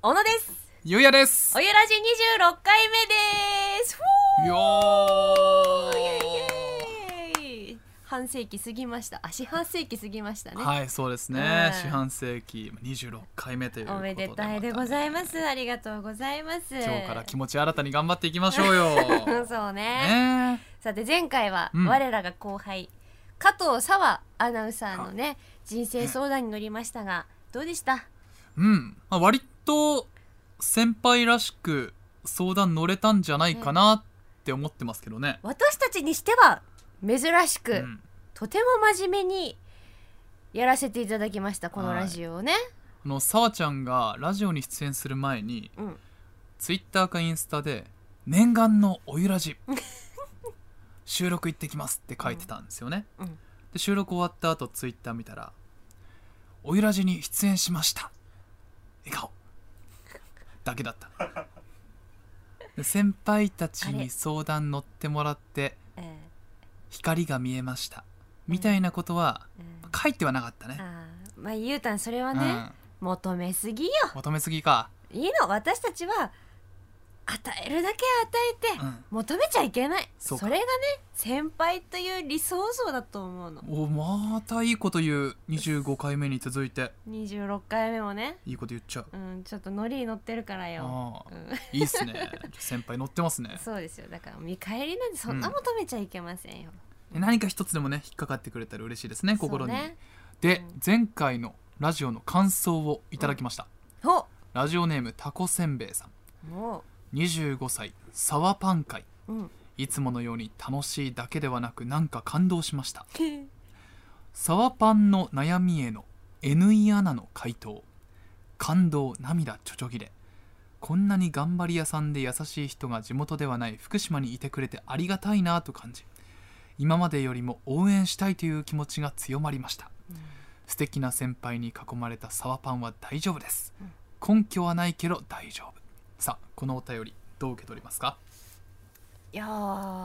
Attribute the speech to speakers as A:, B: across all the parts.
A: 小野です。
B: ゆうやです。
A: おゆらじ26回目です。
B: よー、
A: イエイイエイ。半世紀過ぎました。四半世紀過ぎましたね。
B: はい、そうですね、四半世紀26回目ということで、
A: おめでたいでございます。ありがとうございます。
B: 今日から気持ち新たに頑張っていきましょうよ
A: そうね。さて前回は我らが後輩、加藤沙和アナウンサーのね人生相談に乗りましたが、どうでした？
B: 割と先輩らしく相談乗れたんじゃないかなって思ってますけどね。
A: 私たちにしては珍しく、とても真面目にやらせていただきました、このラジオをね。
B: さわちゃんがラジオに出演する前に、ツイッターかインスタで念願のおゆらじ収録行ってきますって書いてたんですよね。で収録終わった後ツイッター見たら、おゆらじに出演しました笑顔だけだったで先輩たちに相談乗ってもらって、光が見えましたみたいなことは書いてはなかったね。
A: ゆうたんそれはね、求めすぎよ。
B: 求めすぎか。
A: いいの、私たちは与えるだけ与えて、求めちゃいけない。それがね先輩という理想像だと思うの。
B: またいいこと言う。25回目に続いて
A: 26回目もね
B: いいこと言っちゃう。
A: ちょっとノリに乗ってるからよ。
B: いいっすね先輩乗ってますね。
A: そうですよ。だから見返りなんてそんな求めちゃいけませんよ。
B: 何か一つでもね引っかかってくれたら嬉しいですね、心に。で、前回のラジオの感想をいただきました。ラジオネームタコせんべいさん。25歳サワパン会、いつものように楽しいだけではなくなんか感動しましたサワパンの悩みへの NE アナの回答、感動、涙、ちょちょぎれ。こんなに頑張り屋さんで優しい人が地元ではない福島にいてくれてありがたいなと感じ、今までよりも応援したいという気持ちが強まりました、素敵な先輩に囲まれたサワパンは大丈夫です、根拠はないけど大丈夫。さあこのお便りどう受け取りますか？
A: いや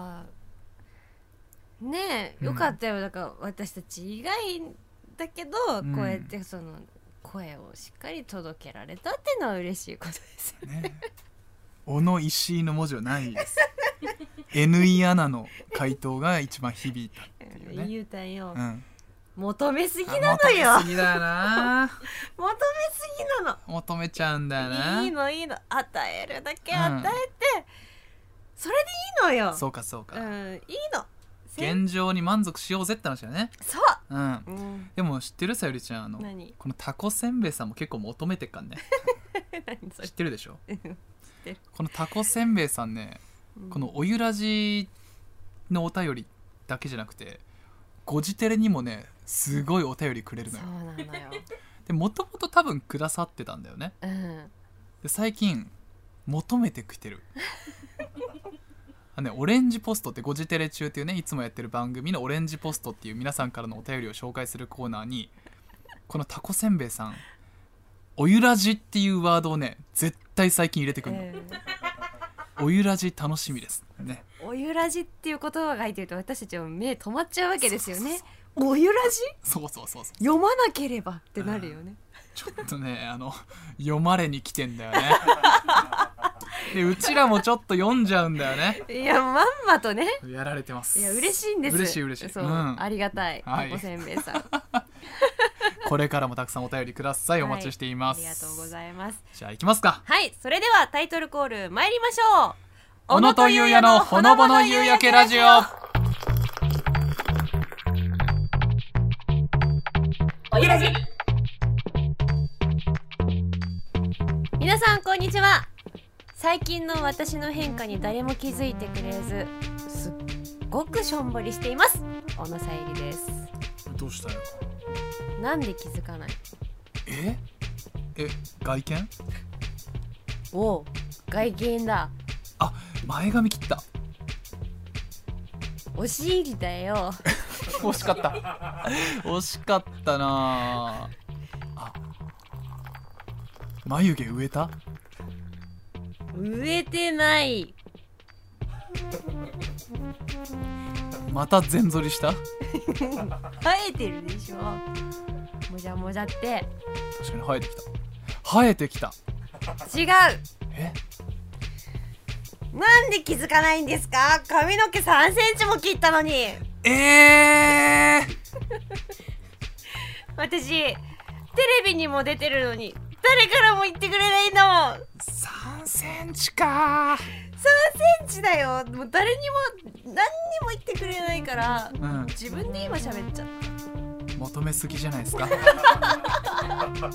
A: ーねえ、よかったよ。だから私たち意外だけど、こうやってその声をしっかり届けられたっていうのは嬉しいことですよね。
B: 小野石井の文字はないですNE アナの回答が一番響いたっていうね。
A: 言うたんよ、求めすぎなのよ。
B: 求めすぎだよな
A: 求めすぎなの。
B: 求めちゃうんだよな。
A: いいの与えるだけ与えて、それでいいのよ。
B: そうかそうか、
A: いいの。
B: 現状に満足しようぜって話だね。
A: そう、
B: でも知ってる？さゆりちゃん、このタコせんべいさんも結構求めてっかんね知ってるでしょこのタコせんべいさんね、このおゆらじのお便りだけじゃなくてごじテレにもねすごいお便りくれるのよ。
A: そうなのよ。
B: でもともと多分くださってたんだよね、で最近求めてきてるオレンジポストってごじテレ中っていうねいつもやってる番組のオレンジポストっていう皆さんからのお便りを紹介するコーナーに、このタコせんべいさんおゆらじっていうワードをね絶対最近入れてくるの、おゆらじ楽しみですね。
A: おゆらじっていう言葉が入ってると私たちは目止まっちゃうわけですよね。おゆらじ？
B: そう
A: 読まなければってなるよね。
B: ちょっとね読まれに来てんだよねでうちらもちょっと読んじゃうんだよね。
A: いやまんまとね
B: やられてます。
A: いや嬉しいんです。
B: 嬉しい
A: そう、ありがたい、タコせんべいさん
B: これからもたくさんお便りください、お待ちしています。
A: ありがとうございます。
B: じゃあ行きますか。
A: はい、それではタイトルコール参りましょう。
B: 小野とゆうやのほのぼの夕焼けラジオ。
A: おゆらじ。皆さんこんにちは。最近の私の変化に誰も気づいてくれずすっごくしょんぼりしています小野さゆりです。
B: どうしたよ。
A: なんで気づかない？
B: 外見？
A: おう、外見だ。
B: 前髪切った。
A: お尻だよ
B: 惜しかった惜しかったな眉毛植えた？
A: 植えてない。
B: また全剃りした？
A: 生えてるでしょ。もじゃもじゃって。
B: 確かに生えてきた。
A: 違う。
B: え、
A: なんで気づかないんですか？髪の毛3センチも切ったのに。私テレビにも出てるのに誰からも言ってくれないの。
B: 3センチか。
A: 3センチだよ。もう誰にも何にも言ってくれないから、自分で今喋っちゃった。
B: 求めすぎじゃないですか。
A: 3、4セン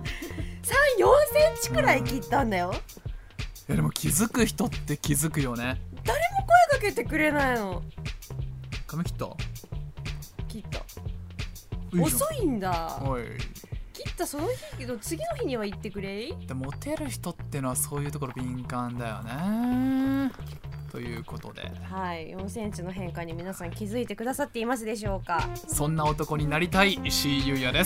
A: チくらい切ったんだよ。
B: いやでも気づく人って気づくよね。
A: 誰も声かけてくれないの。
B: 髪切った？
A: 切った。遅いんだ。
B: おい、
A: 切ったその日の次の日には言ってくれ。
B: でモテる人ってのはそういうところ敏感だよね。ということで、
A: はい、4センチの変化に皆さん気づいてくださっていますでしょうか？
B: そんな男になりたい石井優也です。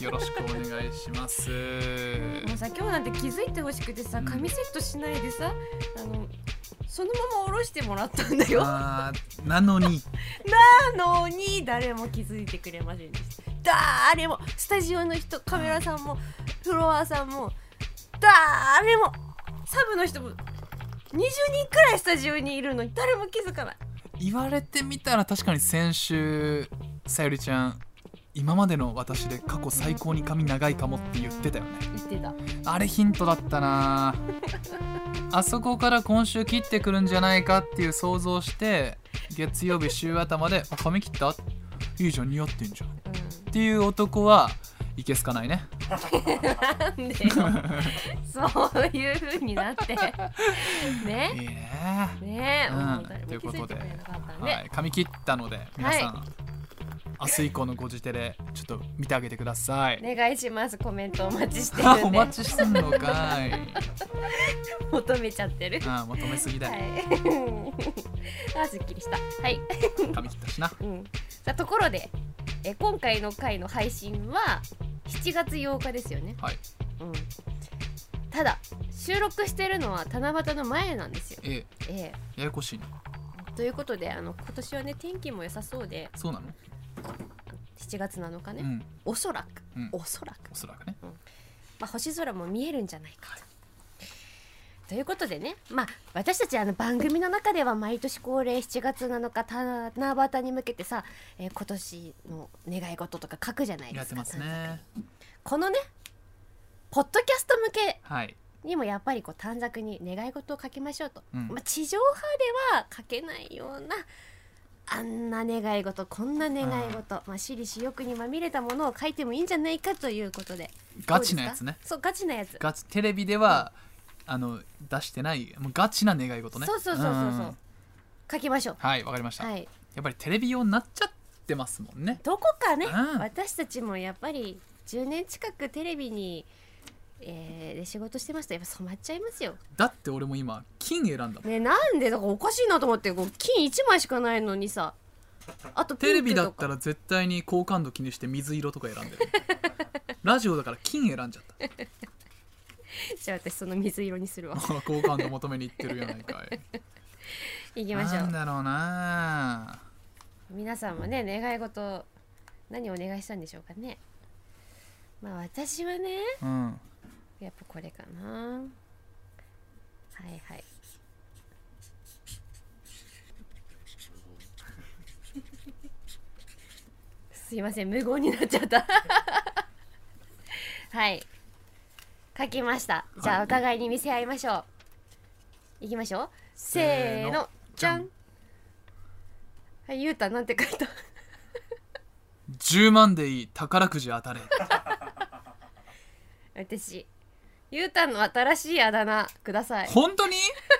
B: よろしくお願いします。
A: もうさ、今日なんて気づいてほしくてさ、髪セットしないでさ、そのまま下ろしてもらったんだよ。
B: なのに
A: 誰も気づいてくれませんでした。誰も、スタジオの人、カメラさんもフロアさんも誰も、サブの人も20人くらいスタジオにいるのに誰も気づかない。
B: 言われてみたら確かに先週さゆりちゃん、今までの私で過去最高に髪長いかもって言ってたよね。
A: 言ってた。
B: あれヒントだったな。あそこから今週切ってくるんじゃないかっていう想像して、月曜日週頭で髪切った？いいじゃん、似合ってんじゃん、っていう男はいけすかないね。
A: なんでそういう風になってね。
B: いい
A: ね、
B: ということで、髪切ったので皆さん、明日以降のご時世でちょっと見てあげてください。
A: お願いします。コメントお待ちしてるんで。
B: お待ちしてんのかい。
A: 求めちゃってる。
B: 求めすぎだよ。
A: すっきりした。はい。
B: 髪切ったしな。
A: さあ、ところで今回の回の配信は7月8日ですよね。
B: はい。
A: ただ収録してるのは七夕の前なんですよ。
B: ややこしいな。
A: ということで今年はね、天気も良さそうで。
B: そうなの
A: ？7月7日ね、おそらくね、星空も見えるんじゃないかということでね、私たち番組の中では毎年恒例7月7日七夕に向けてさ、今年の願い事とか書くじゃないですか。
B: やってますね。
A: このねポッドキャスト向け
B: はい
A: にもやっぱり短冊に願い事を書きましょうと、地上波では書けないようなあんな願い事、こんな願い事、私利私欲にまみれたものを書いてもいいんじゃないかということで。
B: ガチなやつね。
A: そう、ガチなやつ。
B: テレビでは出してないもうガチな願い事ね。
A: そう書きましょう。
B: はい、わかりました。やっぱりテレビ用になっちゃってますもんね。
A: どこかね、私たちもやっぱり10年近くテレビにで仕事してますとやっぱ染まっちゃいますよ。
B: だって俺も今金選んだもん
A: ね。なんでだからおかしいなと思って、金1枚しかないのにさ。あと
B: テレビだったら絶対に好感度気にして水色とか選んでる。ラジオだから金選んじゃった。
A: じゃあ私その水色にするわ。
B: 好感度求めに行ってるやないかい。
A: 行きましょう。
B: なんだろうな。
A: 皆さんもね、願い事何をお願いしたんでしょうかね。私はね、やっぱこれかな。はいはい。すいません、無言になっちゃった。はい、書きました。じゃあお互いに見せ合いましょう。いきましょう。せーの、じゃん。はい、ゆうたなんて書いた
B: ？10万でいい、宝くじ当たれ。
A: 私、ゆうたの新しいあだ名ください。
B: 本当に？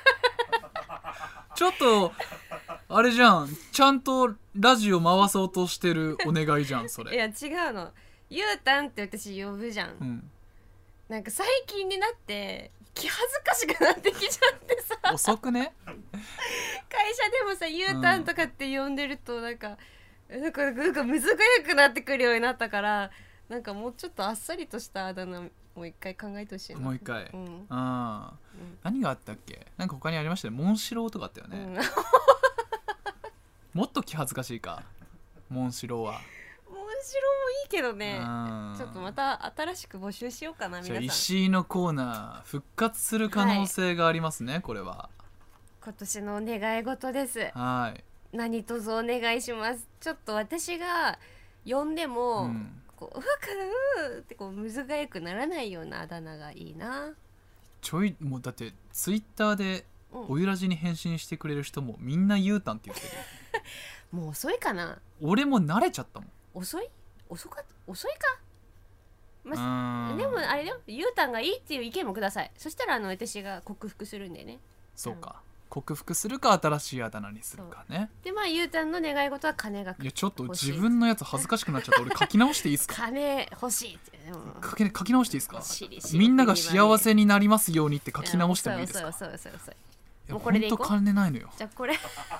B: ちょっとあれじゃん、ちゃんとラジオ回そうとしてるお願いじゃんそれ。
A: いや違うの、ゆうたんって私呼ぶじゃん、なんか最近になって気恥ずかしくなってきちゃってさ。
B: 遅くね。
A: 会社でもさ、ゆうたんとかって呼んでるとなんかむずがゆくなってくるようになったから、なんかもうちょっとあっさりとしたあだ名もう一回考えてほしいな。
B: もう一回、何があったっけ？なんか他にありましたよね。モンシローとかあったよね、もっと気恥ずかしいか、モンシローは。
A: モンいいけどね。ちょっとまた新しく募集しようかな。皆さん、
B: 石井のコーナー復活する可能性がありますね、はい、これは
A: 今年のお願い事です。
B: はい、
A: 何卒お願いします。ちょっと私が呼んでも、こううわかうってこうむずがゆくならないようなあだ名がいいな。
B: もうだってツイッターでおゆらじに返信してくれる人もみんなゆうたんって言ってる
A: もう遅いかな。
B: 俺も慣れちゃったもん。
A: 遅いか、まあ、でもあれだよ、ゆうたんがいいっていう意見もください。そしたら私が克服するんでね。
B: そうか、克服するか新しいあだ名にするかね。
A: でまあゆうたんの願い事は金が欲しい。
B: いやちょっと自分のやつ恥ずかしくなっちゃった。俺書き直していいですか
A: 金欲しいって、
B: 書き直していいですか。みんなが幸せになりますようにって書き直してもいいですか。
A: そう
B: もうこれでいこう。ほんと金ないのよ。
A: じゃあこれ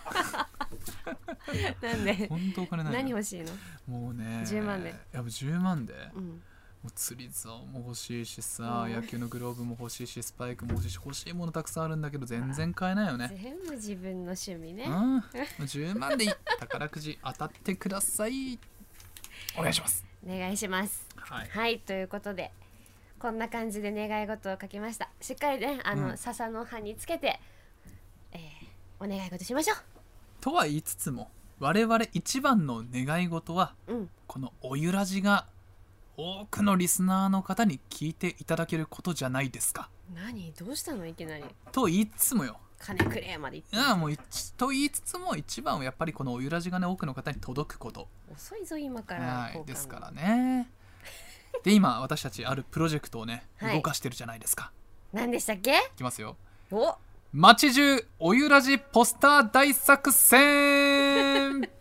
A: なんで
B: 本当お金ないの。
A: 何欲しいの。
B: もうね
A: 10万で。
B: やっぱ10万で、もう釣り竿も欲しいしさ、野球のグローブも欲しいし、スパイクも欲しいし、欲しいものたくさんあるんだけど全然買えないよね。
A: 全部自分の趣味ね。
B: 10万でいい。宝くじ当たってください。お願いします。
A: お願いします。はい、ということでこんな感じで願い事を書きました。しっかりね笹の葉につけて、お願い事しましょう。
B: とは言いつつも我々一番の願い事は、このおゆらじが多くのリスナーの方に聞いていただけることじゃないですか。
A: 何どうしたのいきなり。
B: と言いつつもよ。
A: 金くれまで言
B: って。もうと言いつつも一番はやっぱりこのおゆらじがね多くの方に届くこと。
A: 遅いぞ今から。
B: ですからね。で今私たちあるプロジェクトをね、動かしてるじゃないですか。
A: 何でしたっけ。
B: いきますよ。
A: お
B: 街中おゆらじポスター大作戦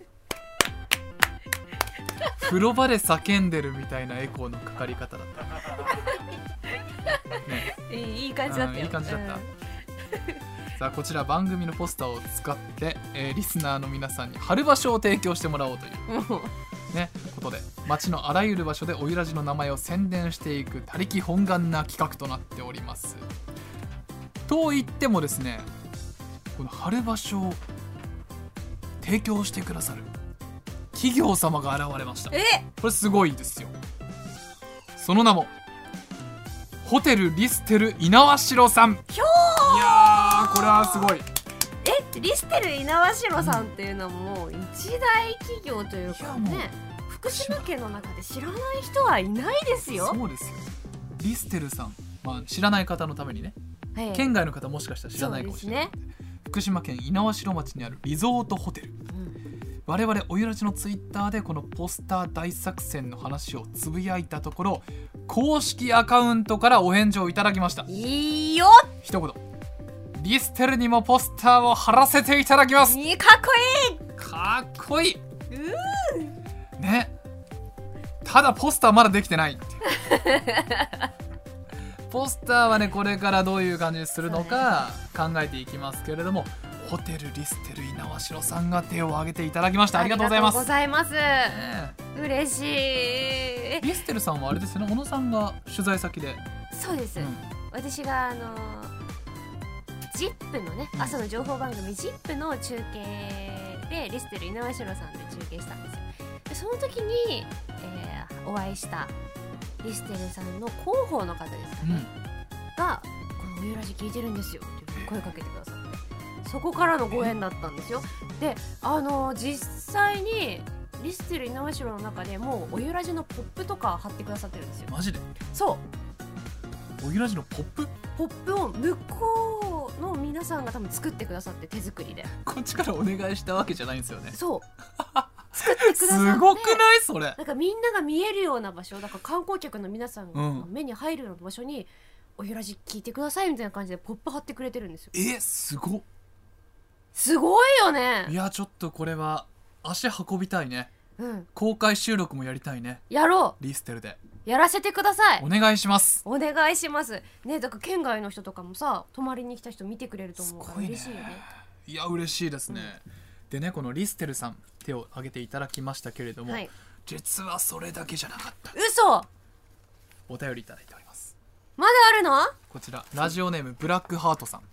B: 風呂場で叫んでるみたいなエコーのかかり方だった、
A: ね、いい感じだったよ。
B: いい感じだった、さあこちら番組のポスターを使って、リスナーの皆さんに春場所を提供してもらおうというね、ことで街のあらゆる場所でおゆらじの名前を宣伝していく他力本願な企画となっております。と言ってもですね、この春場所を提供してくださる企業様が現れました。これすごいですよ。その名もホテルリステル猪苗代さん。いやーこれはすごい。
A: リステル猪苗代さんっていうのはもう一大企業というかね、福島県の中で知らない人はいないですよ。
B: そうですよ。リステルさん、知らない方のためにね、県外の方もしかしたら知らないかもしれない、福島県猪苗代町にあるリゾートホテル、我々おゆらじのツイッターでこのポスター大作戦の話をつぶやいたところ、公式アカウントからお返事をいただきました。
A: いいよ。
B: 一言、リステルにもポスターを貼らせていただきます。
A: かっこいい。
B: かっこいいね。ただポスターまだできてないポスターはねこれからどういう感じにするのか考えていきますけれども、ホテルリステル猪苗代さんが手を挙げていただきました。ありがとうございます。
A: ありがとうございます、嬉しい。
B: リステルさんはあれですよね、小野さんが取材先で。
A: そうです、私がZIP のね、朝の情報番組 ZIP の中継でリステル猪苗代さんで中継したんですよ。でその時に、お会いしたリステルさんの広報の方ですね、がこのおゆらじ聞いてるんですよって声かけてくださって、そこからのご縁だったんですよ。で実際にリステル猪苗代の中でもうおゆらじのポップとか貼ってくださってるんですよ。
B: マジで？
A: そう
B: おゆらじのポップ
A: を向こうの皆さんが多分作ってくださって、手作りで
B: こっちからお願いしたわけじゃないんですよね。
A: そう作ってくださって
B: すごくないそれ。
A: なんかみんなが見えるような場所だから、観光客の皆さんが目に入るような場所に、おゆらじ聞いてくださいみたいな感じでポップ貼ってくれてるんですよ。すごいよね。
B: いやちょっとこれは足運びたいね、公開収録もやりたいね。
A: やろう。
B: リステルで
A: やらせてください。
B: お願いします。
A: お願いしますね。だから県外の人とかもさ、泊まりに来た人見てくれると思うから嬉しいよね。
B: いや嬉しいですね、でね、このリステルさん手を挙げていただきましたけれども、実はそれだけじゃなかった。
A: 嘘。
B: お便りいただいております。
A: まだあるの？
B: こちらラジオネームブラックハートさん。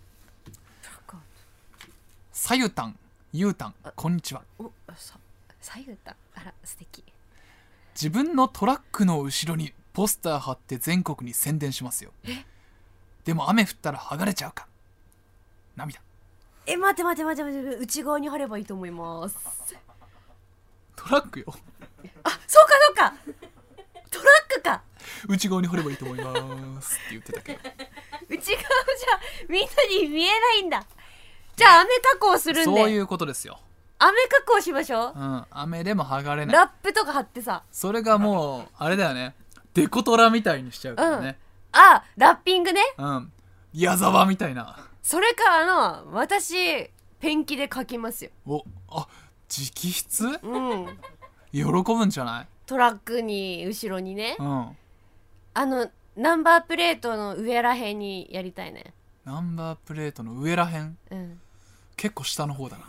B: さゆたん、ゆうたん、こんにちは。
A: さゆたん、あら素敵。
B: 自分のトラックの後ろにポスター貼って全国に宣伝しますよ。でも雨降ったら剥がれちゃうか。涙。
A: 待て内側に貼ればいいと思います。
B: トラックよ。
A: そうかトラックか。
B: 内側に貼ればいいと思いますって言ってたけど
A: 内側じゃみんなに見えないんだ。じゃあ雨加工するんで。
B: そういうことですよ。
A: 雨加工しましょう。
B: 雨でも剥がれない。
A: ラップとか貼ってさ。
B: それがもうあれだよね、デコトラみたいにしちゃうからね。
A: ラッピングね。
B: 矢沢みたいな。
A: それか私ペンキで描きますよ。
B: 直筆？喜ぶんじゃない？
A: トラックに後ろにね。ナンバープレートの上らへんにやりたいね。
B: ナンバープレートの上らへん？結構下の方だな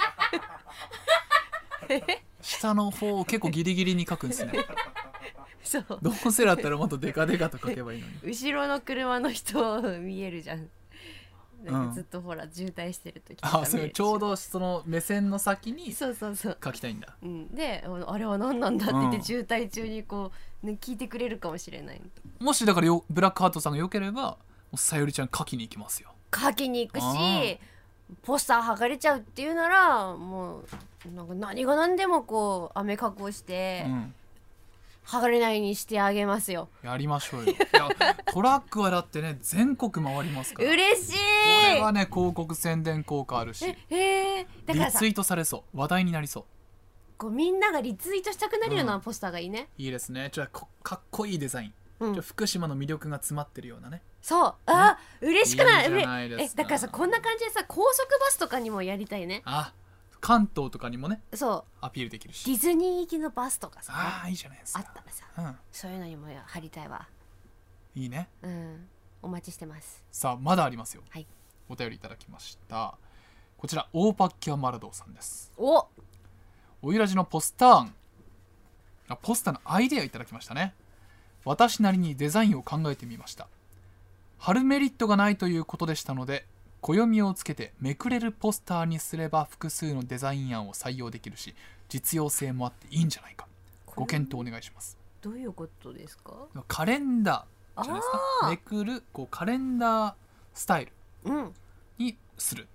B: 下の方結構ギリギリに書くんですね。
A: そう。
B: どうせだったらもっとデカデカと書けばいいのに。
A: 後ろの車の人見えるじゃん。なんかずっとほら渋滞してる時とか
B: それちょうどその目線の先に書きたいんだ。
A: であれは何なんだって言って渋滞中にこう、聞いてくれるかもしれない。
B: もしだからブラックハートさんが良ければさゆりちゃん書きに行きますよ。
A: 書きに行くし、ポスター剥がれちゃうっていうならもうなんか何が何でもこう雨加工して、剥がれないようにしてあげますよ。
B: やりましょうよ。いやトラックはだってね全国回りますから。
A: 嬉しい。こ
B: れはね広告宣伝効果あるし、だからリツイートされそう、話題になりそう。
A: こうみんながリツイートしたくなるようなポスターがいいね。
B: いいですね。かっこいいデザイン、福島の魅力が詰まってるようなね。
A: そう嬉しくない？
B: いいじゃないですか。
A: だからさこんな感じでさ高速バスとかにもやりたいね。
B: 関東とかにもね
A: そう
B: アピールできるし、
A: ディズニー行きのバスとかさ
B: いいじゃないですか。
A: あったらさ、そういうのにも貼りたいわ。
B: いいね。
A: お待ちしてます。
B: さあまだありますよ。お便りいただきました。こちらオーパッキャマラドーさんです。おゆらじのポスターのアイデアいただきましたね。私なりにデザインを考えてみました。貼るメリットがないということでしたので、暦をつけてめくれるポスターにすれば複数のデザイン案を採用できるし実用性もあっていいんじゃないか。ご検討お願いします。
A: どういうことですか？
B: カレンダーじゃないですか。めくるカレンダースタイルにする。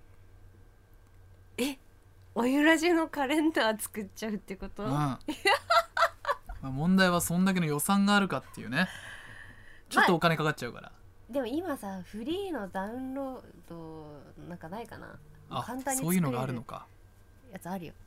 A: おゆらじのカレンダー作っちゃうってこと？
B: 問題はそんだけの予算があるかっていうね。ちょっとお金かかっちゃうから。
A: でも今さフリーのダウンロードなんかないかな。簡単に
B: そういうのがあるのか。
A: やつあるよ。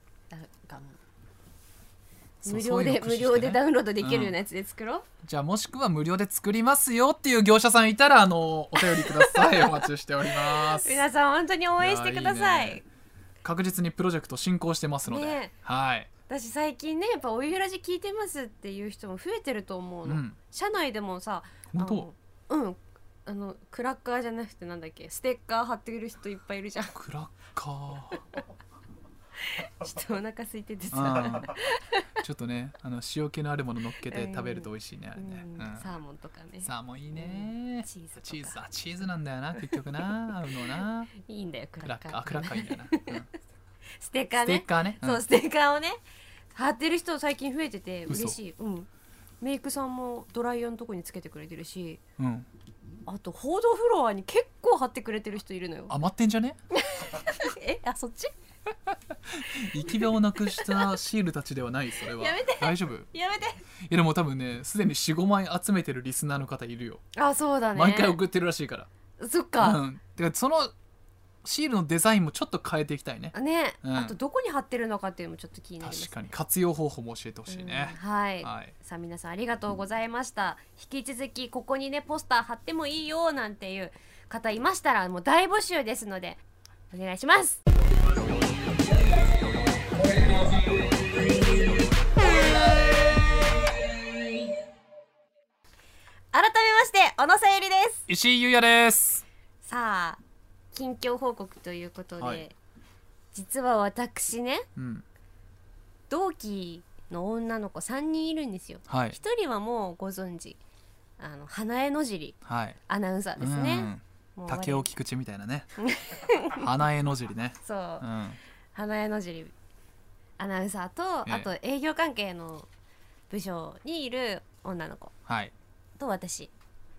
A: 無料でダウンロードできるようなやつで作ろう。
B: じゃあもしくは無料で作りますよっていう業者さんいたらお便りください。お待ちしております。
A: 皆さん本当に応援してください。
B: 確実にプロジェクト進行してますので、
A: 私最近ねやっぱおゆらじ聞いてますっていう人も増えてると思うの。社内でもさ
B: 本当
A: クラッカーじゃなくてなんだっけステッカー貼ってくる人いっぱいいるじゃん。
B: クラッカー
A: ちょっとお腹空いててさ
B: ちょっとね塩気のあるもの乗っけて食べると美味しいね、あれね。
A: サーモンとかね。
B: サーモンいいね。
A: チ
B: ーズなんだよな結局な。合うのな。
A: いいんだよクラッカー。
B: クラッカーいいんだよな。
A: ステッカーね。そうステッカーをね貼ってる人最近増えてて嬉しい。メイクさんもドライヤーのとこにつけてくれてるし、あと報道フロアに結構貼ってくれてる人いるのよ。
B: 余ってんじゃね？
A: そっち？
B: 行き場をなくしたシールたちではない。それは
A: やめて。
B: 大丈夫？
A: やめて。
B: いやでも多分ねすでに 4,5 枚集めてるリスナーの方いるよ。
A: そうだね。
B: 毎回送ってるらしいから。
A: そっか。
B: てかそのシールのデザインもちょっと変えていきたいね。
A: あとどこに貼ってるのかっていうのもちょっと気になります。
B: 確かに活用方法も教えてほしいね。
A: さあ皆さんありがとうございました。引き続きここにねポスター貼ってもいいよなんていう方いましたらもう大募集ですのでお願いします。改めまして小野さゆりです。
B: 石井優也です。
A: さあ近況報告ということで、実は私ね、同期の女の子3人いるんですよ。1人はもうご存知花江野尻、アナウンサーですね。
B: 竹尾菊池みたいなね。花江野尻ね。
A: そう、花江野尻アナウンサーと、あと営業関係の部署にいる女の子
B: はい
A: と私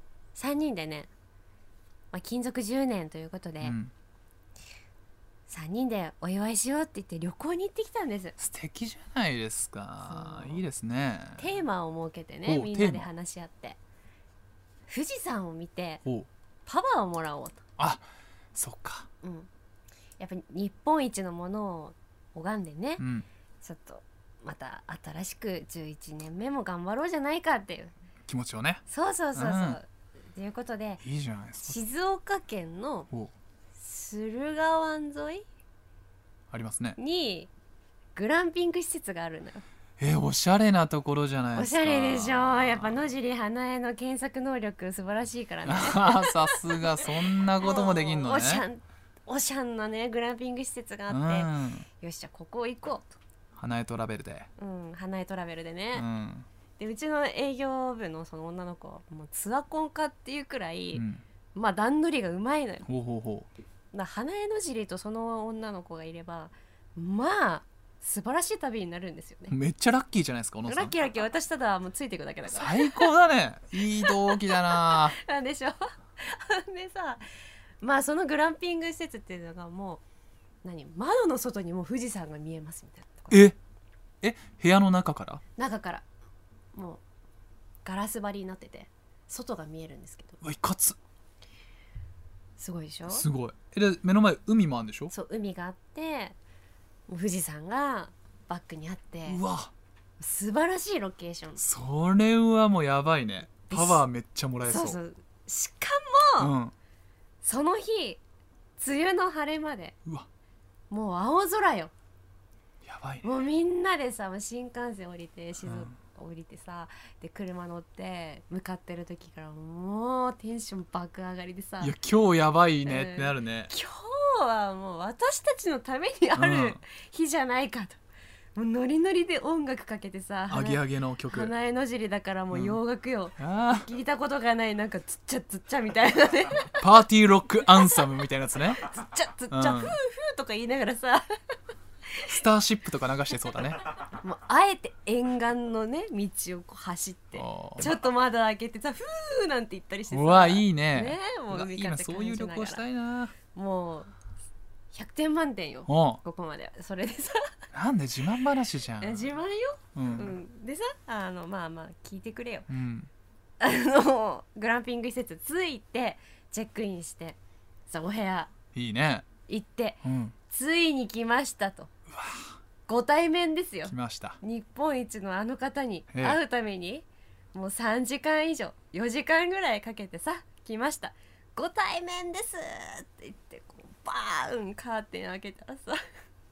A: 3人でね、勤続10年ということで、3人でお祝いしようって言って旅行に行ってきたんです。
B: 素敵じゃないですか。いいですね。
A: テーマを設けてね、みんなで話し合って富士山を見てパワーをもらおうと。
B: あ、そっか、
A: やっぱり日本一のものを拝んでね、ちょっとまた新しく11年目も頑張ろうじゃないかっていう
B: 気持ちをね。
A: そうということで、
B: いいじゃないですか。
A: 静岡県の駿河湾沿い
B: ありますね
A: にグランピング施設があるのよ。
B: おしゃれなところじゃないですか。
A: おしゃれでしょ。やっぱ野尻花江の検索能力素晴らしいからね。
B: さすが、そんなこともできんのね。
A: おしゃんなねグランピング施設があって、よしじゃあここ行こうと。
B: 花江トラベルで、
A: 花江トラベルでね、でうちの営業部のその女の子はもうツアコン家っていうくらい、段取りがうまいのよ。花江野尻とその女の子がいれば素晴らしい旅になるんですよね。
B: めっちゃラッキーじゃないですか。小野さん
A: ラッキー私ただもうついていくだけだから
B: 最高だね。いい同期だな。
A: なんでしょでさ、そのグランピング施設っていうのがもう窓の外にもう富士山が見えますみたいなところ。
B: 部屋の中から
A: もうガラス張りになってて外が見えるんですけど、
B: いかつ、
A: すごいでしょ。
B: すごい。で目の前海もあるんでしょ。
A: そう、海があってもう富士山がバックにあって、
B: うわ
A: 素晴らしいロケーション。
B: それはもうやばいね。パワーめっちゃもらえそう。
A: しかも、その日梅雨の晴れまでもう青空よ。
B: やばいね。
A: もうみんなでさ新幹線降りて降りてさで車乗って向かってる時からもうテンション爆上がりでさ、
B: いや今日やばいねってなるね。
A: 今日はもう私たちのためにある日じゃないかと、もうノリノリで音楽かけてさ、
B: アゲアゲの曲、
A: 花江野尻だからもう洋楽よ、聞いたことがないなんかつっちゃつっちゃみたいなね
B: パーティーロックアンサムみたいなやつね。
A: つっちゃつっちゃ、ふうふうとか言いながらさ
B: スターシップとか流してそうだね。
A: もうあえて沿岸のね道を走ってちょっと窓開けてさふーなんて言ったりしてさ、
B: うわいいね。
A: もう
B: いいな、そういう旅行したいな。
A: もう100点満点よここまで。それでさ
B: なんで自慢話じゃん。
A: 自慢よ、でさ聞いてくれよ、グランピング施設着いてチェックインしてさ、お部屋
B: いいね
A: 行って、ついに来ましたと。ご対面ですよ。
B: 来ました。
A: 日本一のあの方に会うためにもう3時間以上4時間ぐらいかけてさ来ました。ご対面ですって言ってこうバーンカーテン開けたらさ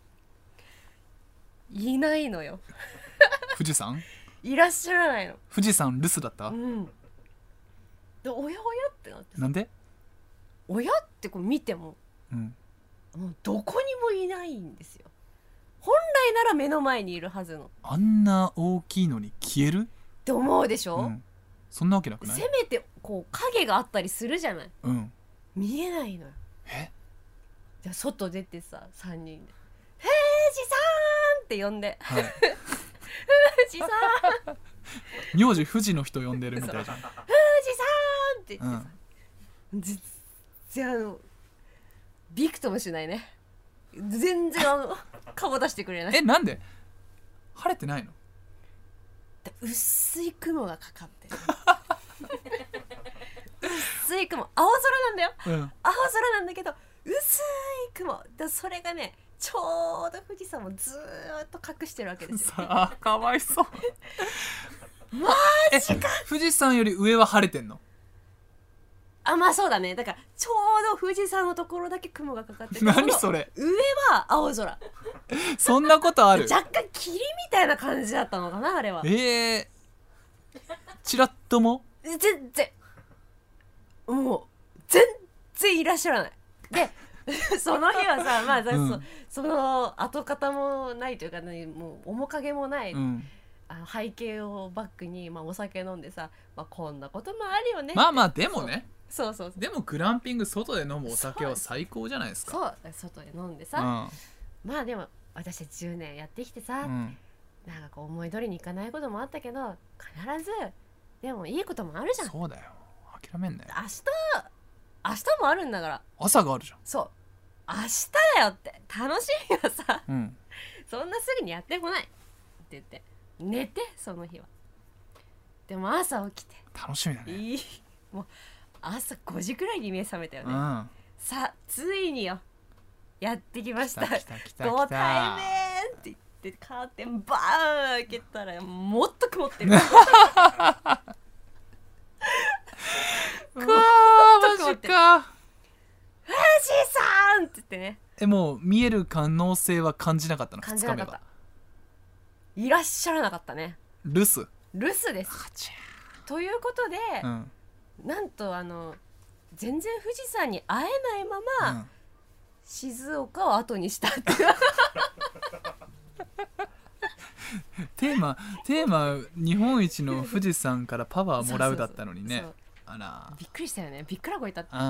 A: いないのよ
B: 富士山
A: いらっしゃらないの。
B: 富士山留守だった。
A: でおやおやってなってさ、
B: なんで
A: おやってこう見ても、もうどこにもいないんですよ。本来なら目の前にいるはずの。
B: あんな大きいのに消える
A: って思うでしょ、
B: そんなわけなくない。
A: せめてこう影があったりするじゃない、見えないのよ。じゃあ外出てさ3人で「富士山!」って呼んで、富士山
B: 名字富士の人呼んでるみたいじゃん。
A: 富士山って言ってさ、全然びくともしないね。全然顔出してくれない。
B: なんで晴れてないの。
A: 薄い雲がかかってる薄い雲、青空なんだよ、青空なんだけど薄い雲だ。それがねちょうど富士山をずーっと隠してるわけですよ。
B: かわいそう
A: マジか。
B: 富士山より上は晴れてんの。
A: そうだね。だからちょうど富士山のところだけ雲がかかってる。
B: 何それ。
A: 上は青空
B: そんなことある。
A: 若干霧みたいな感じだったのかなあれは。
B: チラッとも
A: 全然もう全然いらっしゃらないでその日はさその跡形もないというか、ね、もう面影もない、背景をバックに、お酒飲んでさ、こんなこともあるよね。
B: でもね、
A: そう
B: でもグランピング外で飲むお酒は最高じゃないですか。
A: そう外で飲んでさ、でも私たち10年やってきてさ、 なんかこう思い通りにいかないこともあったけど、必ずでもいいこともあるじゃん。
B: そうだよ、諦めんなよ。
A: 明日もあるんだから。
B: 朝があるじゃん。
A: そう明日だよって、楽しみはさ、
B: うん、
A: そんなすぐにやってこないって言って寝て、その日は。でも朝起きて
B: 楽しみだね。
A: もう朝5時くらいに目覚めたよね、
B: うん、
A: さあついによ、やってきました。
B: 来た
A: ご対面って言ってカーテンバーン開けたらもっと曇ってる。
B: うわーマジか。
A: 富士山って言ってね。
B: もう見える可能性は感じなかったの？
A: 感じなかった。いらっしゃらなかったね。
B: 留守
A: です。ということで、
B: うん、
A: なんと全然富士山に会えないまま、うん、静岡を後にしたって
B: テーマ日本一の富士山からパワーもらうだったのにね。そうあら、
A: びっくりしたよね。びっくらこいたって、
B: うん、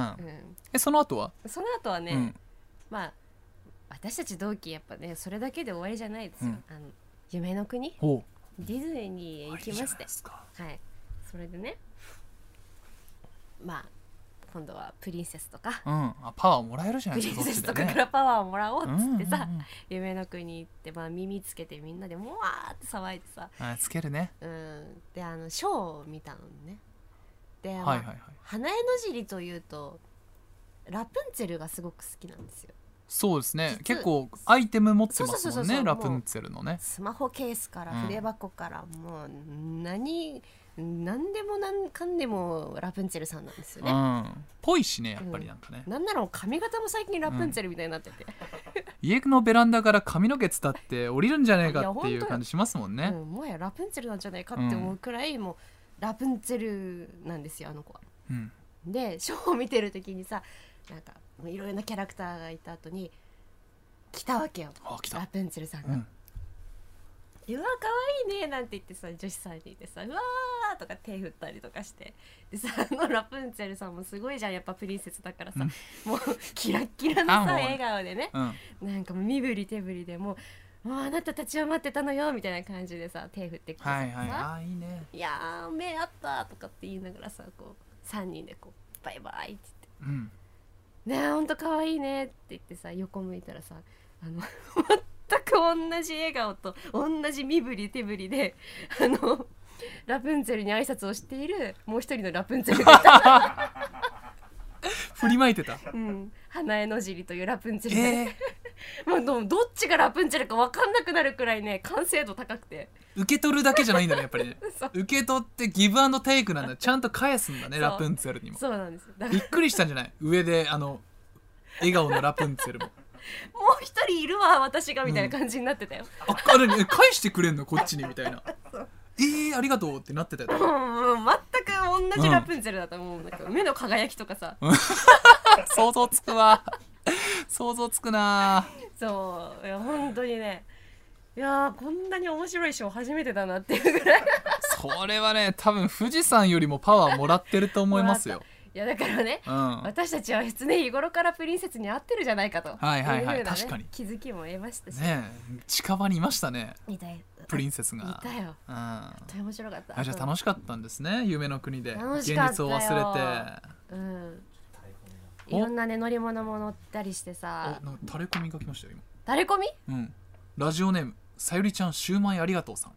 B: その後は
A: ね、うん、まあ私たち同期やっぱね、それだけで終わりじゃないですよ、うん、夢の国ディズニーへ行きまして、はい、それでね、まあ今度はプリンセスとか、
B: うん、パワーもらえるじゃないですか。
A: プリンセスとかからパワーをもらおうっつってさ、夢の国行って、まあ、耳つけてみんなでもわーって騒いでさ、
B: つけるね、
A: うん、でショーを見たのね。で、
B: はいはいはい、
A: 花江の尻というとラプンツェルがすごく好きなんですよ。
B: そうですね、結構アイテム持ってますもんね。ラプンツェルのね、
A: スマホケースから筆箱から、もう何でも何かんでもラプンツェルさんなんですよね。
B: ぽいしね、やっぱりなんかね、
A: なんなら髪型も最近ラプンツェルみたいになってて、
B: 家のベランダから髪の毛伝って降りるんじゃねえかっていう感じしますもんね。
A: もうやラプンツェルなんじゃないかって思うくらい、もうラプンツェルなんですよ、あの子は。でショーを見てる時にさ、なんかいろいろなキャラクターがいた後に来たわけよ、ラプンツェルさんが。うわ可愛いねなんて言ってさ、女子3人でさ、うわーとか手振ったりとかして、でさ、ラプンツェルさんもすごいじゃん、やっぱプリンセスだからさ、もうキラッキラのさ笑顔でね、なんかもう身振り手振りでもうあなたたちは待ってたのよみたいな感じでさ、手振ってくれてさ、
B: いいね、
A: いやー目あったとかって言いながらさ、こう3人でこうバイバイって言って、ねえほんと可愛いねって言ってさ、横向いたらさ、全く同じ笑顔と同じ身振り手振りでラプンツェルに挨拶をしているもう一人のラプンツェルがいた。
B: 振りまいてた、
A: 花江の尻というラプンツェルで、もうどっちがラプンツェルか分かんなくなるくらいね、完成度高くて、
B: 受け取るだけじゃないんだね、やっぱりね受け取ってギブアンドテイクなんだ、ちゃんと返すんだね、ラプンツェルにも。
A: そうなんですよ。
B: びっくりしたんじゃない、上で笑顔のラプンツェルも
A: もう一人いるわ私がみたいな感じになってたよ、
B: 返してくれんのこっちにみたいなありがとうってなってたよ、
A: 全く同じラプンツェルだったもん、なんか目の輝きとかさ
B: 想像つくわ想像つくな。
A: そう、いや本当にね、いやこんなに面白いショー初めてだなっていうぐらい
B: それはね、多分富士山よりもパワーもらってると思いますよ。
A: いやだからね、私たちは常日頃からプリンセスに会ってるじゃないかと、
B: 確かに
A: 気づきも得ましたし
B: ね。近場にいましたね、
A: いたよ、
B: プリンセスが
A: いたよ、とても面白かった。
B: じゃあ楽しかったんですね、夢の国で
A: 現
B: 実を忘れて。
A: いろんなね乗り物も乗ったりしてさ。
B: タレコミが来ましたよ今。
A: タレコミ？
B: ラジオネームさゆりちゃんシューマイありがとうさん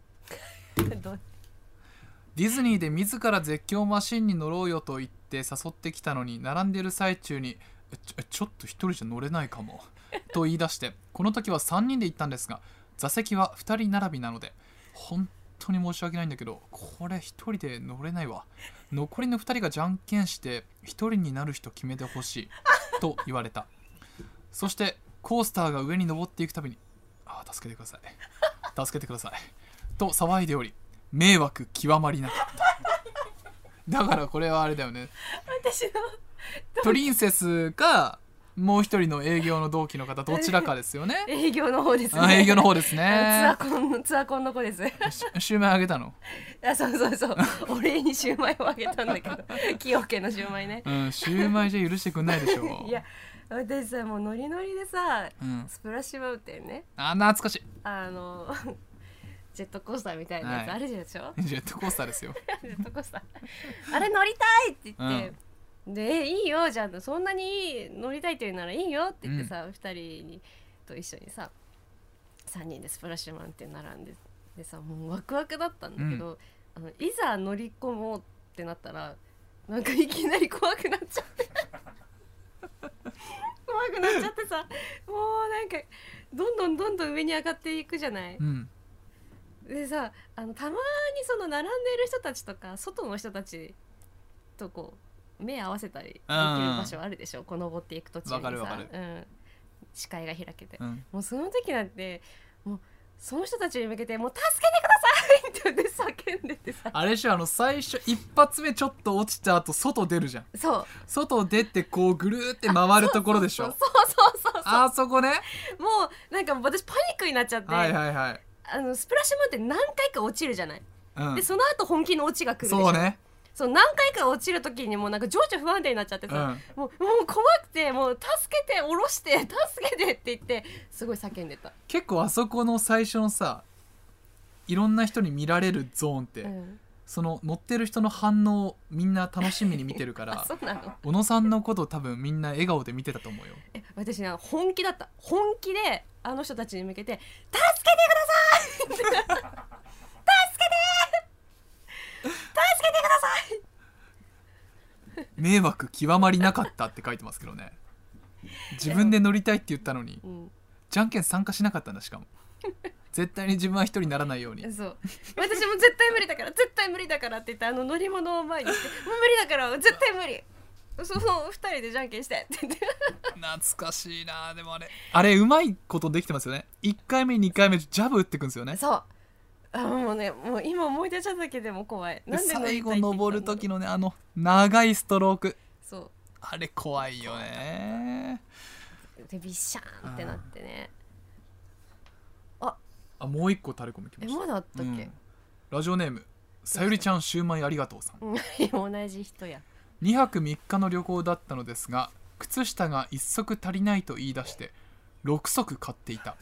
B: ディズニーで自ら絶叫マシンに乗ろうよと言って誘ってきたのに、並んでる最中にちょっと一人じゃ乗れないかもと言い出して、この時は3人で行ったんですが、座席は2人並びなので本当に申し訳ないんだけど、これ1人で乗れないわ、残りの2人がじゃんけんして1人になる人決めてほしいと言われた。そしてコースターが上に登っていくたびに助けてください助けてくださいと騒いでおり、迷惑極まりなかっただからこれはあれだよね、
A: 私の
B: プリンセスかもう一人の営業の同期の方、どちらかですよね
A: 営業の方ですね。
B: 営業の方ですね。
A: ツアコンの子です
B: シューマイあげたの？
A: そうお礼にシューマイをあげたんだけど崎陽軒のシューマイね、
B: シューマイじゃ許してくんないでしょ
A: いや私さ、もうノリノリでさ、スプラッシュマウンテンね、
B: 懐かしい。
A: ジェットコースターみたいなやつあるでしょ、は
B: い、ジェットコースターですよ
A: ジェットコースターあれ乗りたいって言って、でいいよじゃあそんなに乗りたいって言うならいいよって言ってさ、2人にと一緒にさ3人でスプラッシュマウンテン並んででさもうワクワクだったんだけど、いざ乗り込もうってなったらなんかいきなり怖くなっちゃって怖くなっちゃってさ、もうなんかどんどん上に上がっていくじゃない、でさたまにその並んでいる人たちとか外の人たちとこう目合わせたりできる場所あるでしょ、こう登っていく途中にさ、視界が開けて、もうその時なんてもうその人たちに向けてもう助けてくださいって叫んでてさ、
B: あれでしょ、最初一発目ちょっと落ちた後外出るじゃん。
A: そう
B: 外出てこうぐるーって回るところでしょ。そうあそこね。
A: もうなんか私パニックになっちゃって、スプラッシュマウンテン何回か落ちるじゃない、でその後本気の落ちが来るでしょ。そうね、そう何回か落ちる時にもうなんか情緒不安定になっちゃってさ、もう怖くてもう助けて下ろして助けてって言ってすごい叫んでた。結
B: 構あそこの最初のさいろんな人に見られるゾーンって、その乗ってる人の反応をみんな楽しみに見てるから
A: そうなの、
B: 小野さんのことを多分みんな笑顔で見てたと思うよ。
A: 私ね本気だった。本気であの人たちに向けて助けてください助けてください
B: 迷惑極まりなかったって書いてますけどね。自分で乗りたいって言ったのに、じゃんけん参加しなかったんだ。しかも絶対に自分は一人にならないように。そう
A: 私も絶対無理だから絶対無理だからって言って乗り物を前にしてもう無理だから絶対無理、その2人でじゃんけんしてって言って
B: 懐かしいな。でもあれうまいことできてますよね。1回目2回目ジャブ打ってくんですよね。
A: そうもうね、もう今思い出しただけでも怖い。なんで
B: 最後登る時のね長いストローク、そうあれ怖いよね。
A: でビッシャーンってなってね。
B: もう一個タレコミ来ました。
A: まだあったっけ、
B: ラジオネームさゆりちゃんシューマイありがとうさん
A: 同じ人や。
B: 2泊3日の旅行だったのですが靴下が1足足りないと言い出して6足買っていた。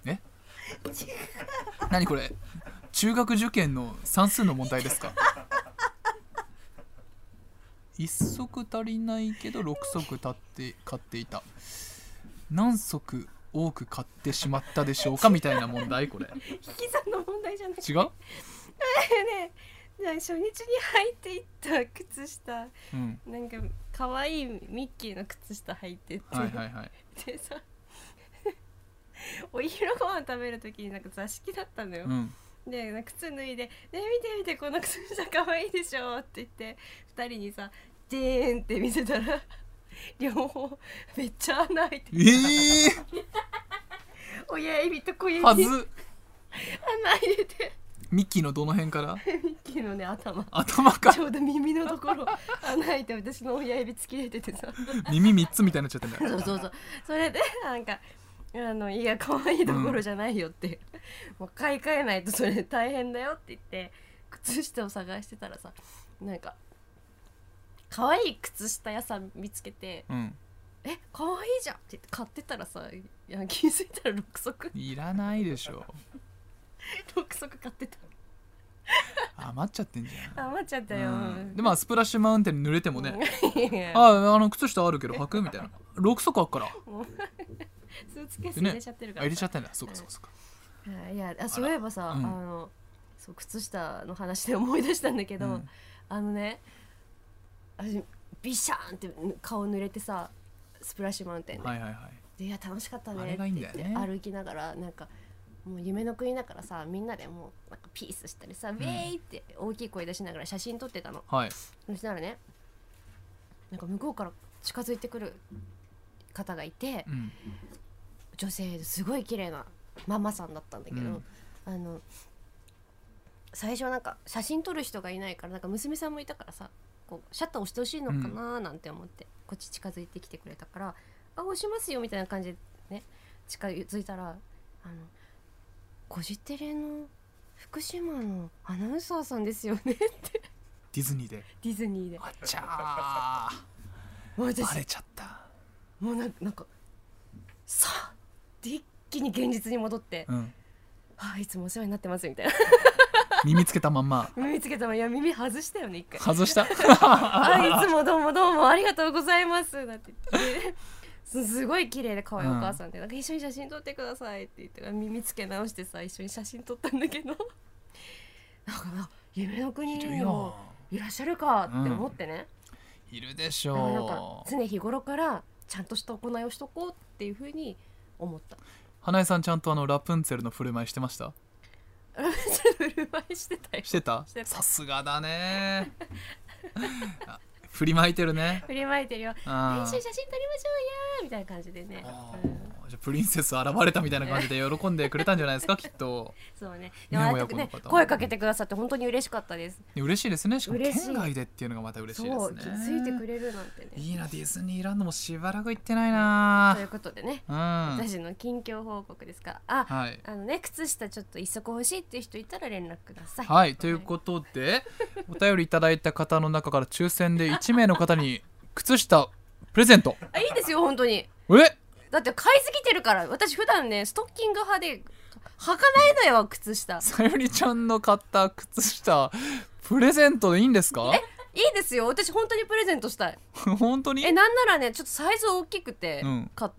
B: 何これ、中学受験の算数の問題ですか1足足りないけど6足買っていた、何足多く買ってしまったでしょうかみたいな問題。これ
A: 引き算の問題じゃない。
B: 違う
A: ねえ、初日に履いていった靴下、なんか可愛いミッキーの靴下履いてって、でさお昼ご飯食べる時になんか座敷だったのよ、でなんか靴脱いで「ね見て見てこの靴下可愛いでしょ」って言って2人にさ「でーん」って見せたら両方めっちゃ穴開いて親指と小指に穴入れて。
B: ミッキーのどの辺から？
A: ミッキーのね頭
B: か。
A: ちょうど耳のところ穴開いて私の親指突き入れててさ
B: 耳3つみたいになっちゃってんだよ。
A: そうそれでなんかいや可愛いところじゃないよって、もう買い替えないとそれ大変だよって言って靴下を探してたらさ、なんか可愛い靴下屋さん見つけて、可愛いじゃんって言って買ってたらさ、気づいたら6足
B: いらないでしょ
A: 6足買ってた
B: 余っちゃってんじゃん。
A: 余っちゃったよ、
B: でスプラッシュマウンテンに濡れてもね靴下あるけど履くみたいな6足あっから
A: スーツケース入れちゃってるから、
B: 入れちゃってんだ。そうか。
A: いやそういえばさ、そう靴下の話で思い出したんだけど、ビシャーンって顔濡れてさスプラッシュマウンテンで、いや楽しかったねって言って歩きながらなんかもう夢の国だからさ、みんなでもうなんかピースしたりさ、ウェーイって大きい声出しながら写真撮ってたの、そしたらねなんか向こうから近づいてくる方がいて、女性ですごい綺麗なママさんだったんだけど、最初なんか写真撮る人がいないからなんか娘さんもいたからさ、こうシャッター押してほしいのかななんて思ってこっち近づいてきてくれたから、押しますよみたいな感じでね近づいたらゴジテレの福島のアナウンサーさんですよねって
B: ディズニーであっちゃーバレちゃった。もう
A: なんかさあって一気に現実に戻って、 いつもお世話になってますみたいな
B: 耳つけたまんま
A: 耳つけたまま、いや耳外したよね一回
B: 外した
A: いつもどうもありがとうございますだって言ってすごい綺麗で可愛いお母さんで、なんか一緒に写真撮ってくださいって言って耳つけ直してさ一緒に写真撮ったんだけどなんか夢の国にもいらっしゃるかって思ってね、
B: いるでしょう。
A: なんか常日頃からちゃんとした行いをしとこうっていうふうに思った。
B: 花江さんちゃんとラプンツェルの振る舞いしてました？
A: ラプンツェル振る舞いしてたよ。
B: してた？さすがだね振りまいてるね。
A: 振りまいてるよ。一緒に写真撮りましょうやみたいな感じでね、
B: じゃプリンセス現れたみたいな感じで喜んでくれたんじゃないですかきっと。
A: そうね。でもね、声かけてくださって本当に嬉しかったです。
B: 嬉しいですね。しかも県外でっていうのがまた嬉しいですね。
A: そう、気づいてくれるなんてね。
B: いいな、ディズニーランドもしばらく行ってないな。
A: ということでね、私の近況報告ですか。靴下ちょっと一足欲しいっていう人いたら連絡ください。
B: はい、ということでお便りいただいた方の中から抽選で1名の方に靴下プレゼント。
A: いいですよ本当に。だって買いすぎてるから。私普段ねストッキング派で履かないのよ靴下。
B: さゆりちゃんの買った靴下プレゼントでいいんですか？
A: いいですよ。私本当にプレゼントしたい。
B: 本当に？
A: なんならねちょっとサイズ大きくて買った、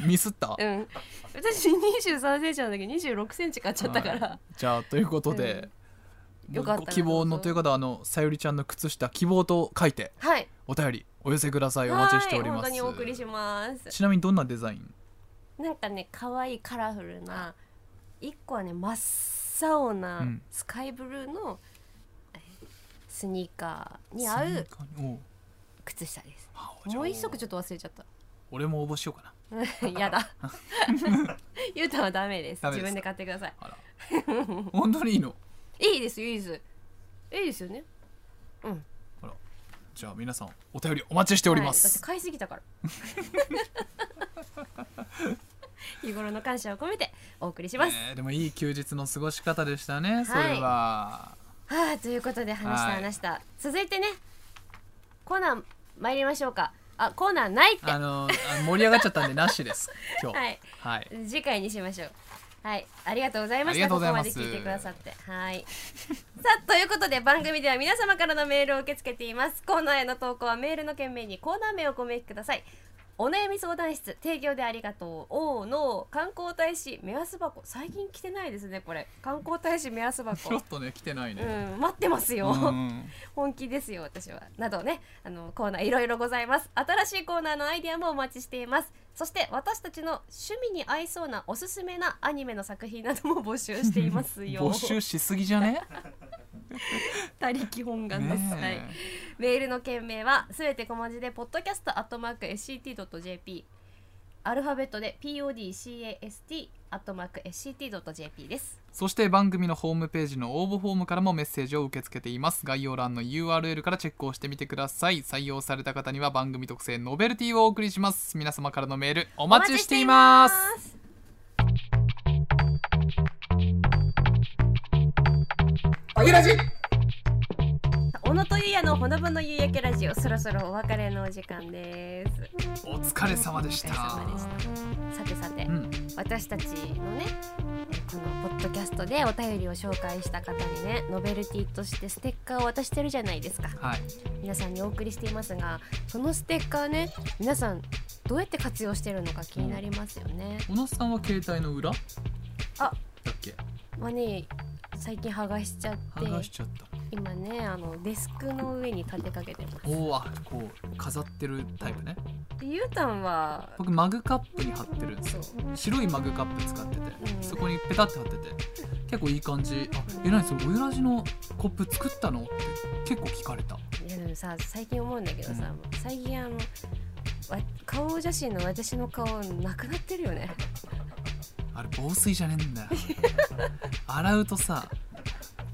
B: ミスった？
A: 私23センチなんだけど26センチ買っちゃったから、
B: じゃあということで、
A: よかった
B: ご希望のという方はさゆりちゃんの靴下希望と書いて、お便りお寄せください。お待ちしております。
A: 本当にお送りします。
B: ちなみにどんなデザイン？
A: なんかね可愛いカラフルな、1個はね真っ青なスカイブルーのスニーカーに合う靴下です。もう一足ちょっと忘れちゃった。
B: 俺も応募しようか
A: な。やだゆうたはダメです。自分で買ってください。
B: 本当にいいの？
A: いいですよ、いいですよね。
B: じゃあ皆さんお便りお待ちしております。
A: だって買いすぎたから日頃の感謝を込めてお送りします。
B: でもいい休日の過ごし方でしたね、それは。
A: ということで話した、続いてねコーナー参りましょうか。コーナーないって
B: 盛り上がっちゃったんでなしです今日。
A: 次回にしましょう。ありがとうございました。ここまで聞いてくださって。さあということで番組では皆様からのメールを受け付けています。コーナーへの投稿はメールの件名にコーナー名をご明記ください。お悩み相談室、提供でありがとうの観光大使目安箱。最近来てないですねこれ。観光大使目安箱
B: ちょっとね来てないね。
A: 待ってますよ本気ですよ私は。などねコーナーいろいろございます。新しいコーナーのアイデアもお待ちしています。そして私たちの趣味に合いそうなおすすめなアニメの作品なども募集していますよ
B: 募集しすぎじゃね
A: 他力本願です。メールの件名はすべて小文字で podcast@sct.jp、 アルファベットで podcast@sct.jp です。
B: そして番組のホームページの応募フォームからもメッセージを受け付けています。概要欄の URL からチェックをしてみてください。採用された方には番組特製ノベルティをお送りします。皆様からのメールお待ちしています。あげラジ
A: 小野とゆうやのほのぼの夕焼けラジオ、そろそろお別れのお時間です。
B: お疲れ様でした。
A: さて、私たちのねこのポッドキャストでお便りを紹介した方にねノベルティとしてステッカーを渡してるじゃないですか。皆さんにお送りしていますが、そのステッカーね皆さんどうやって活用してるのか気になりますよね。
B: 小野さんは携帯の裏だっけ？
A: 最近剥がしちゃって今ねデスクの上に立てかけてます。
B: こう飾ってるタイプね。
A: ゆうたんは
B: 僕マグカップに貼ってるんですよ。白いマグカップ使ってて、そこにペタって貼ってて結構いい感じ。何それおゆらじのコップ作ったのって結構聞かれた。
A: いやでもさ最近思うんだけどさ、最近顔写真の私の顔なくなってるよね。
B: あれ防水じゃねえんだよ洗うとさ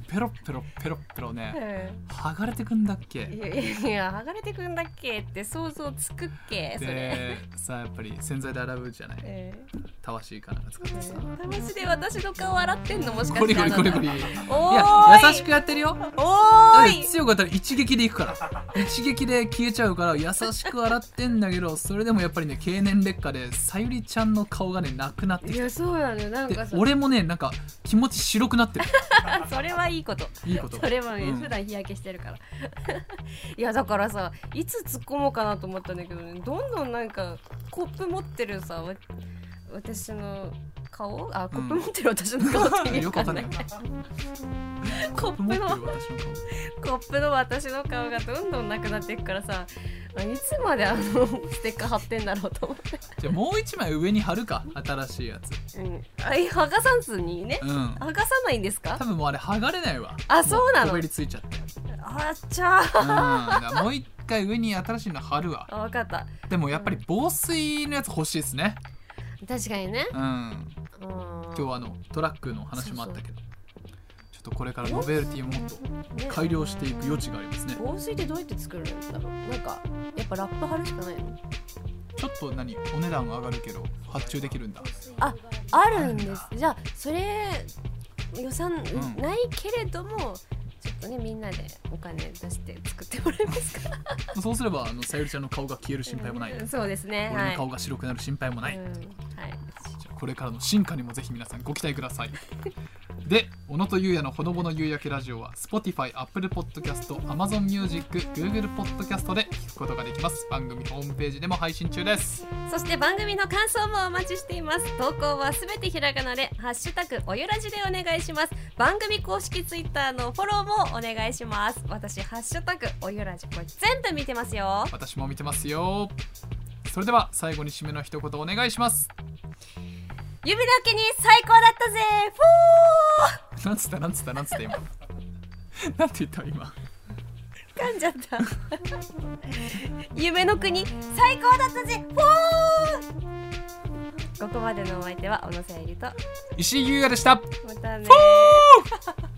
B: ペロペロね、剥がれてくんだっけ。
A: いや剥がれてくんだっけって想像つくっけ。それ
B: でさやっぱり洗剤で洗うじゃない、たわしかなんか使ってさ、
A: たわしで私の顔洗ってんの、もしかして。
B: ゴリゴリゴリゴリ。いや優しくやってるよ。強かったら一撃でいくから、一撃で消えちゃうから優しく洗ってんだけど、それでもやっぱりね経年劣化でさゆりちゃんの顔がねなくなってきて、
A: いやそうなのよ、なんか
B: 俺もねなんか気持ち白くなってる。
A: それはいいこと、
B: いいこと。
A: それはね、普段日焼けしてるからいやだからさ、いつ突っ込もうかなと思ったんだけどね、どんどんなんかコップ持ってるさ私の顔、コップ持ってる私の顔っていうかねコップの私の顔がどんどんなくなっていくからさ、いつまでステッカー貼ってんだろうと思って。
B: じゃあもう一枚上に貼るか、新しいやつ。
A: 剥がさずにね、剥がさないんですか。
B: 多分もうあれ剥がれないわ。
A: あ、そうなの。
B: 滑りついちゃって。
A: あっちゃ
B: もう一回上に新しいの貼るわ。
A: 分かった。
B: でもやっぱり防水のやつ欲しいですね。
A: 確かにね。
B: 今日はトラックの話もあったけど、ちょっとこれからノベルティをもっと改良していく余地がありますね。
A: 防水ってどうやって作るんだろう。なんかやっぱラップ貼るしかないの。
B: ちょっとお値段上がるけど発注できるんだ。
A: あるんです。じゃあそれ予算ないけれども、ちょっとねみんなでお金出して作ってもらえますか。
B: そうすればさゆりちゃんの顔が消える心配もない、
A: そうですね。
B: 俺の顔が白くなる心配もない、じゃあこれからの進化にもぜひ皆さんご期待ください。で、小野とゆうやのほのぼの夕焼けラジオは Spotify、Apple Podcast、Amazon Music、Google Podcast で聞くことができます。番組ホームページでも配信中です。
A: そして番組の感想もお待ちしています。投稿はすべてひらがなでハッシュタグおゆらじでお願いします。番組公式ツイッターのフォローもお願いします。私ハッシュタグおゆらじ、これ全部見てますよ。
B: 私も見てますよ。それでは最後に締めの一言お願いします。
A: 指だけに最高だったぜフ
B: なんつった今なんて言った今、
A: 噛んじゃった夢の国最高だったぜここまでのお相手は小野さゆりと
B: 石井優也でした。
A: またね